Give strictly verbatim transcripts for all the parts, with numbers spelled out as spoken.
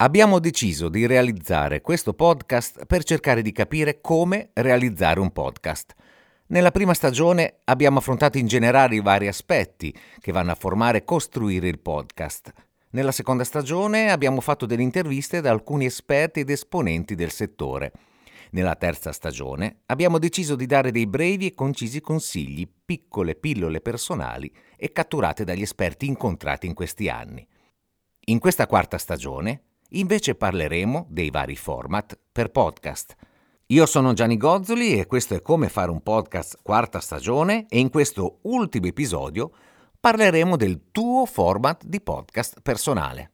Abbiamo deciso di realizzare questo podcast per cercare di capire come realizzare un podcast. Nella prima stagione abbiamo affrontato in generale i vari aspetti che vanno a formare e costruire il podcast. Nella seconda stagione abbiamo fatto delle interviste da alcuni esperti ed esponenti del settore. Nella terza stagione abbiamo deciso di dare dei brevi e concisi consigli, piccole pillole personali e catturate dagli esperti incontrati in questi anni. In questa quarta stagione invece parleremo dei vari format per podcast. Io sono Gianni Gozzoli e questo è Come fare un podcast quarta stagione e in questo ultimo episodio parleremo del tuo format di podcast personale.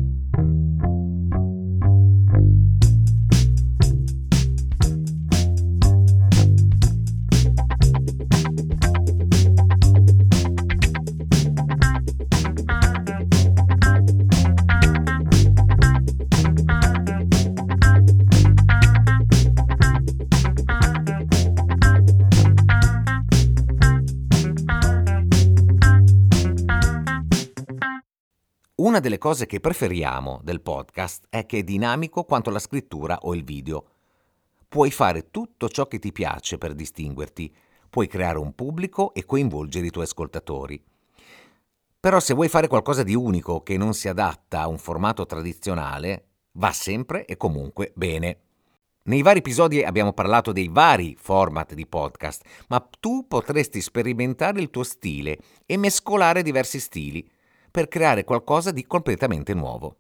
Una delle cose che preferiamo del podcast è che è dinamico quanto la scrittura o il video. Puoi fare tutto ciò che ti piace per distinguerti, puoi creare un pubblico e coinvolgere i tuoi ascoltatori. Però se vuoi fare qualcosa di unico che non si adatta a un formato tradizionale, va sempre e comunque bene. Nei vari episodi abbiamo parlato dei vari format di podcast, ma tu potresti sperimentare il tuo stile e mescolare diversi stili per creare qualcosa di completamente nuovo.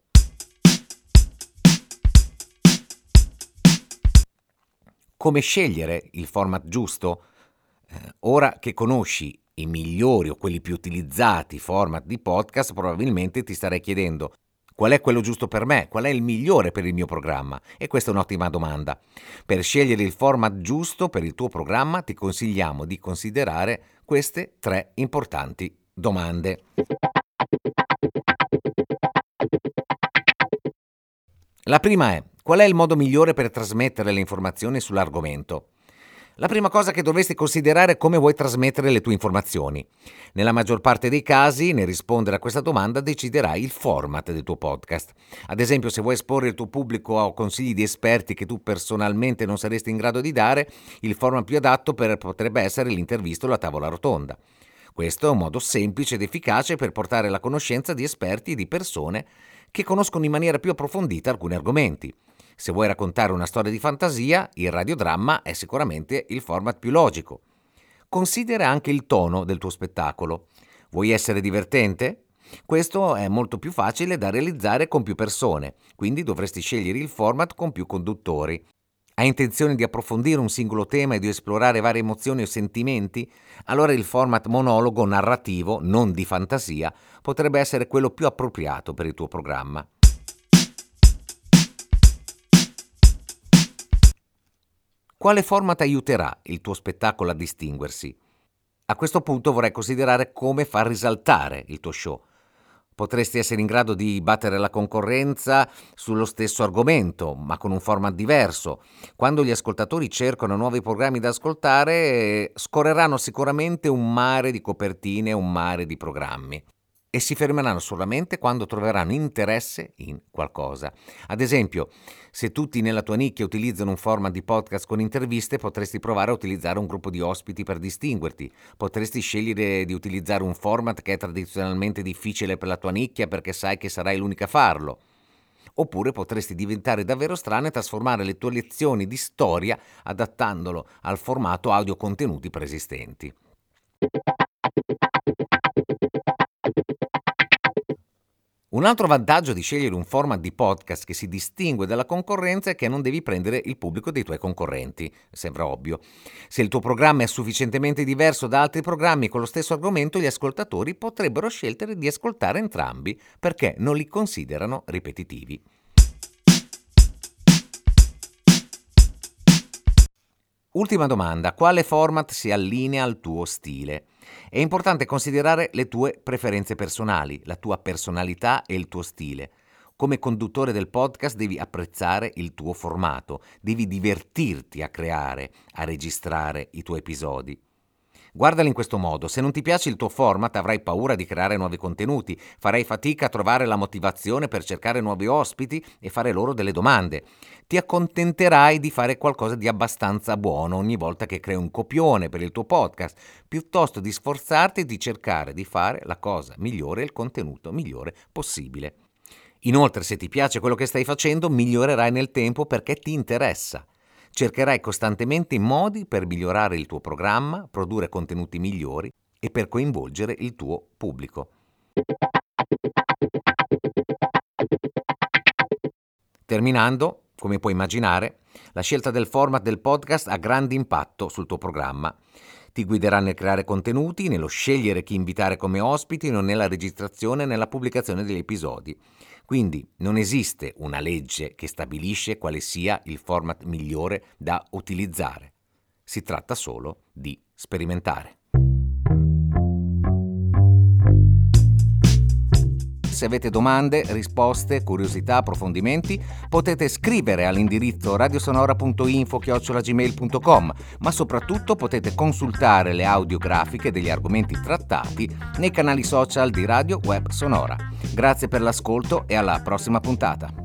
Come scegliere il format giusto? Eh, ora che conosci i migliori o quelli più utilizzati format di podcast, probabilmente ti starai chiedendo qual è quello giusto per me, qual è il migliore per il mio programma? E questa è un'ottima domanda. Per scegliere il format giusto per il tuo programma ti consigliamo di considerare queste tre importanti domande. La prima è: qual è il modo migliore per trasmettere le informazioni sull'argomento? La prima cosa che dovresti considerare è come vuoi trasmettere le tue informazioni. Nella maggior parte dei casi, nel rispondere a questa domanda, deciderai il format del tuo podcast. Ad esempio, se vuoi esporre il tuo pubblico a consigli di esperti che tu personalmente non saresti in grado di dare, il format più adatto per, potrebbe essere l'intervista o la tavola rotonda. Questo è un modo semplice ed efficace per portare la conoscenza di esperti e di persone che conoscono in maniera più approfondita alcuni argomenti. Se vuoi raccontare una storia di fantasia, il radiodramma è sicuramente il format più logico. Considera anche il tono del tuo spettacolo. Vuoi essere divertente? Questo è molto più facile da realizzare con più persone, quindi dovresti scegliere il format con più conduttori. Hai intenzione di approfondire un singolo tema e di esplorare varie emozioni o sentimenti? Allora il format monologo narrativo, non di fantasia, potrebbe essere quello più appropriato per il tuo programma. Quale format aiuterà il tuo spettacolo a distinguersi? A questo punto vorrei considerare come far risaltare il tuo show. Potresti essere in grado di battere la concorrenza sullo stesso argomento, ma con un format diverso. Quando gli ascoltatori cercano nuovi programmi da ascoltare, scorreranno sicuramente un mare di copertine, un mare di programmi. E si fermeranno solamente quando troveranno interesse in qualcosa. Ad esempio, se tutti nella tua nicchia utilizzano un format di podcast con interviste, potresti provare a utilizzare un gruppo di ospiti per distinguerti. Potresti scegliere di utilizzare un format che è tradizionalmente difficile per la tua nicchia perché sai che sarai l'unica a farlo. Oppure potresti diventare davvero strano e trasformare le tue lezioni di storia adattandolo al formato audio contenuti preesistenti. Un altro vantaggio di scegliere un format di podcast che si distingue dalla concorrenza è che non devi prendere il pubblico dei tuoi concorrenti, sembra ovvio. Se il tuo programma è sufficientemente diverso da altri programmi con lo stesso argomento, gli ascoltatori potrebbero scegliere di ascoltare entrambi perché non li considerano ripetitivi. Ultima domanda: quale format si allinea al tuo stile? È importante considerare le tue preferenze personali, la tua personalità e il tuo stile. Come conduttore del podcast devi apprezzare il tuo formato, devi divertirti a creare, a registrare i tuoi episodi. Guardali in questo modo: se non ti piace il tuo format avrai paura di creare nuovi contenuti, farai fatica a trovare la motivazione per cercare nuovi ospiti e fare loro delle domande. Ti accontenterai di fare qualcosa di abbastanza buono ogni volta che crei un copione per il tuo podcast, piuttosto di sforzarti di cercare di fare la cosa migliore e il contenuto migliore possibile. Inoltre, se ti piace quello che stai facendo, migliorerai nel tempo perché ti interessa. Cercherai costantemente modi per migliorare il tuo programma, produrre contenuti migliori e per coinvolgere il tuo pubblico. Terminando, come puoi immaginare, la scelta del format del podcast ha grande impatto sul tuo programma. Ti guiderà nel creare contenuti, nello scegliere chi invitare come ospiti, non nella registrazione e nella pubblicazione degli episodi. Quindi non esiste una legge che stabilisce quale sia il format migliore da utilizzare. Si tratta solo di sperimentare. Se avete domande, risposte, curiosità, approfondimenti, potete scrivere all'indirizzo radiosonora punto info chiocciola gmail punto com, ma soprattutto potete consultare le audiografiche degli argomenti trattati nei canali social di Radio Web Sonora. Grazie per l'ascolto e alla prossima puntata.